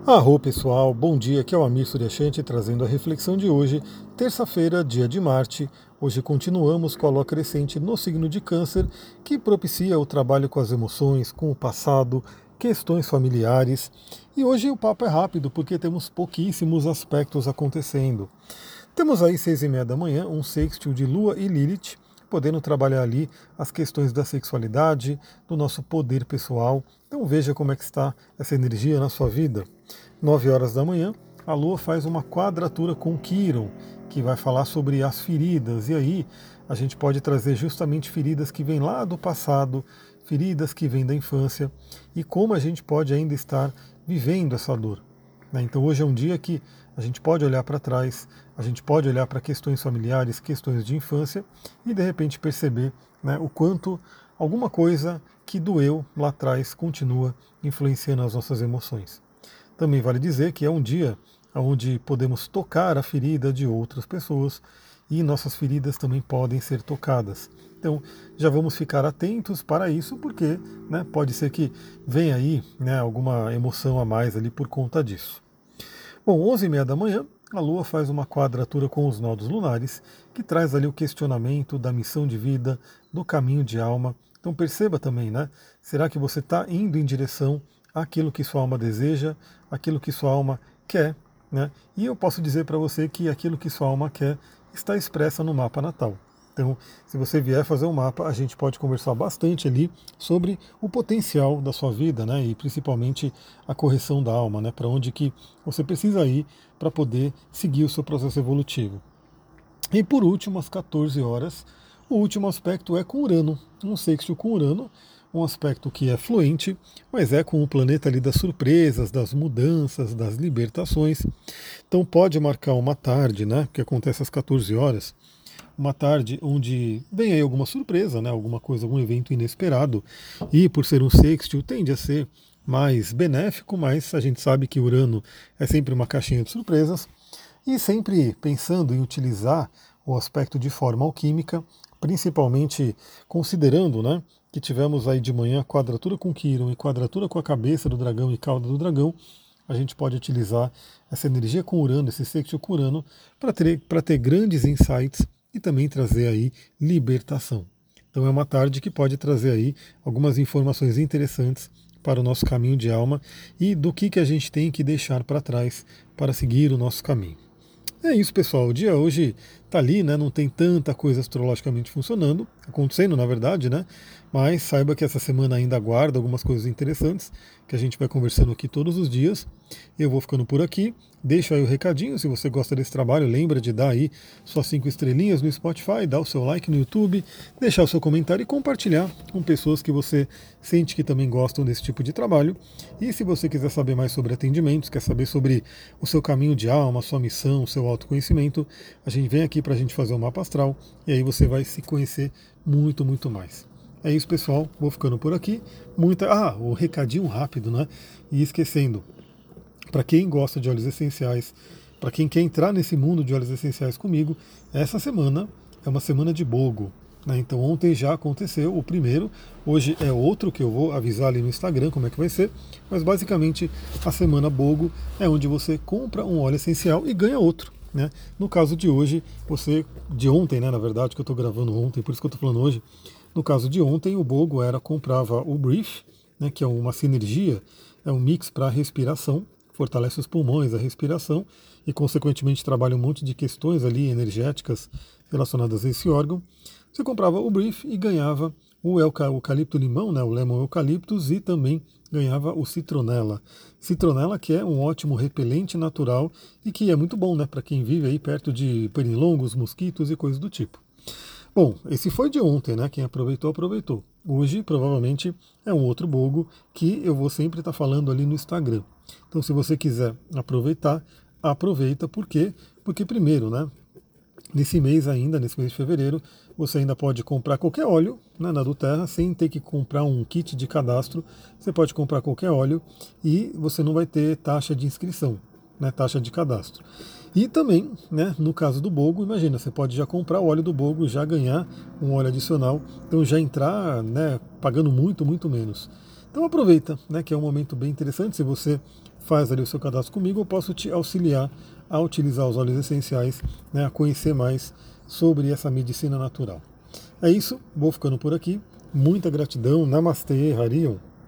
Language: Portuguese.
Arro pessoal, bom dia, aqui é o Amir Suryashanti trazendo a reflexão de hoje, terça-feira, dia de Marte. Hoje continuamos com a lua crescente no signo de Câncer, que propicia o trabalho com as emoções, com o passado, questões familiares. E hoje o papo é rápido, porque temos pouquíssimos aspectos acontecendo. Temos aí 6:30 da manhã, um sextil de Lua e Lilith, podendo trabalhar ali as questões da sexualidade, do nosso poder pessoal. Então veja como é que está essa energia na sua vida. 9 horas da manhã, a Lua faz uma quadratura com Quiron, que vai falar sobre as feridas. E aí a gente pode trazer justamente feridas que vêm lá do passado, feridas que vêm da infância, e como a gente pode ainda estar vivendo essa dor. Então hoje é um dia que a gente pode olhar para trás, a gente pode olhar para questões familiares, questões de infância e de repente perceber, o quanto alguma coisa que doeu lá atrás continua influenciando as nossas emoções. Também vale dizer que é um dia onde podemos tocar a ferida de outras pessoas e nossas feridas também podem ser tocadas. Então já vamos ficar atentos para isso, porque pode ser que venha aí alguma emoção a mais ali por conta disso. Bom, 11:30 da manhã, a Lua faz uma quadratura com os nodos lunares, que traz ali o questionamento da missão de vida, do caminho de alma. Então perceba também, será que você está indo em direção àquilo que sua alma deseja, aquilo que sua alma quer, E eu posso dizer para você que aquilo que sua alma quer está expressa no mapa natal. Então, se você vier fazer um mapa, a gente pode conversar bastante ali sobre o potencial da sua vida, e principalmente a correção da alma, para onde que você precisa ir para poder seguir o seu processo evolutivo. E por último, às 14 horas, o último aspecto é com Urano, um sextil com Urano, um aspecto que é fluente, mas é com o planeta ali das surpresas, das mudanças, das libertações. Então pode marcar uma tarde, que acontece às 14 horas, uma tarde onde vem aí alguma surpresa, alguma coisa, algum evento inesperado, e por ser um sextil tende a ser mais benéfico, mas a gente sabe que Urano é sempre uma caixinha de surpresas, e sempre pensando em utilizar o aspecto de forma alquímica, principalmente considerando que tivemos aí de manhã quadratura com Quiron e quadratura com a cabeça do dragão e cauda do dragão. A gente pode utilizar essa energia com Urano, esse sextil com Urano, para ter grandes insights e também trazer aí libertação. Então é uma tarde que pode trazer aí algumas informações interessantes para o nosso caminho de alma e do que a gente tem que deixar para trás para seguir o nosso caminho. É isso, pessoal. O dia hoje está ali, não tem tanta coisa astrologicamente funcionando, acontecendo na verdade, mas saiba que essa semana ainda aguarda algumas coisas interessantes que a gente vai conversando aqui todos os dias. Eu vou ficando por aqui. Deixa aí o recadinho, se você gosta desse trabalho, lembra de dar aí suas 5 estrelinhas no Spotify, dar o seu like no YouTube, deixar o seu comentário e compartilhar com pessoas que você sente que também gostam desse tipo de trabalho. E se você quiser saber mais sobre atendimentos, quer saber sobre o seu caminho de alma, sua missão, o seu autoconhecimento, a gente vem aqui para a gente fazer o mapa astral e aí você vai se conhecer muito, muito mais. É isso, pessoal. Vou ficando por aqui. O recadinho rápido, E esquecendo, para quem gosta de óleos essenciais, para quem quer entrar nesse mundo de óleos essenciais comigo, essa semana é uma semana de BOGO. Então ontem já aconteceu o primeiro, hoje é outro que eu vou avisar ali no Instagram como é que vai ser, mas basicamente a semana BOGO é onde você compra um óleo essencial e ganha outro. No caso de hoje, de ontem, na verdade, que eu estou gravando ontem, por isso que eu estou falando hoje, no caso de ontem, o BOGO comprava o Brief, que é uma sinergia, é um mix para respiração, fortalece os pulmões, a respiração e, consequentemente, trabalha um monte de questões ali energéticas relacionadas a esse órgão. Você comprava o Brief e ganhava o eucalipto-limão, o Lemon Eucalyptus, e também ganhava o Citronella. Citronella que é um ótimo repelente natural e que é muito bom para quem vive aí perto de pernilongos, mosquitos e coisas do tipo. Bom, esse foi de ontem, Quem aproveitou, aproveitou. Hoje, provavelmente, é um outro BOGO que eu vou sempre estar falando ali no Instagram. Então, se você quiser aproveitar, aproveita. Por quê? Porque primeiro, nesse mês ainda, nesse mês de fevereiro, você ainda pode comprar qualquer óleo na Duterra, sem ter que comprar um kit de cadastro. Você pode comprar qualquer óleo e você não vai ter taxa de inscrição, taxa de cadastro. E também, no caso do BOGO, imagina, você pode já comprar o óleo do BOGO e já ganhar um óleo adicional, então já entrar pagando muito, muito menos. Então aproveita, que é um momento bem interessante. Se você faz ali o seu cadastro comigo, eu posso te auxiliar a utilizar os óleos essenciais, né, a conhecer mais sobre essa medicina natural. É isso, vou ficando por aqui. Muita gratidão. Namastê, Harion.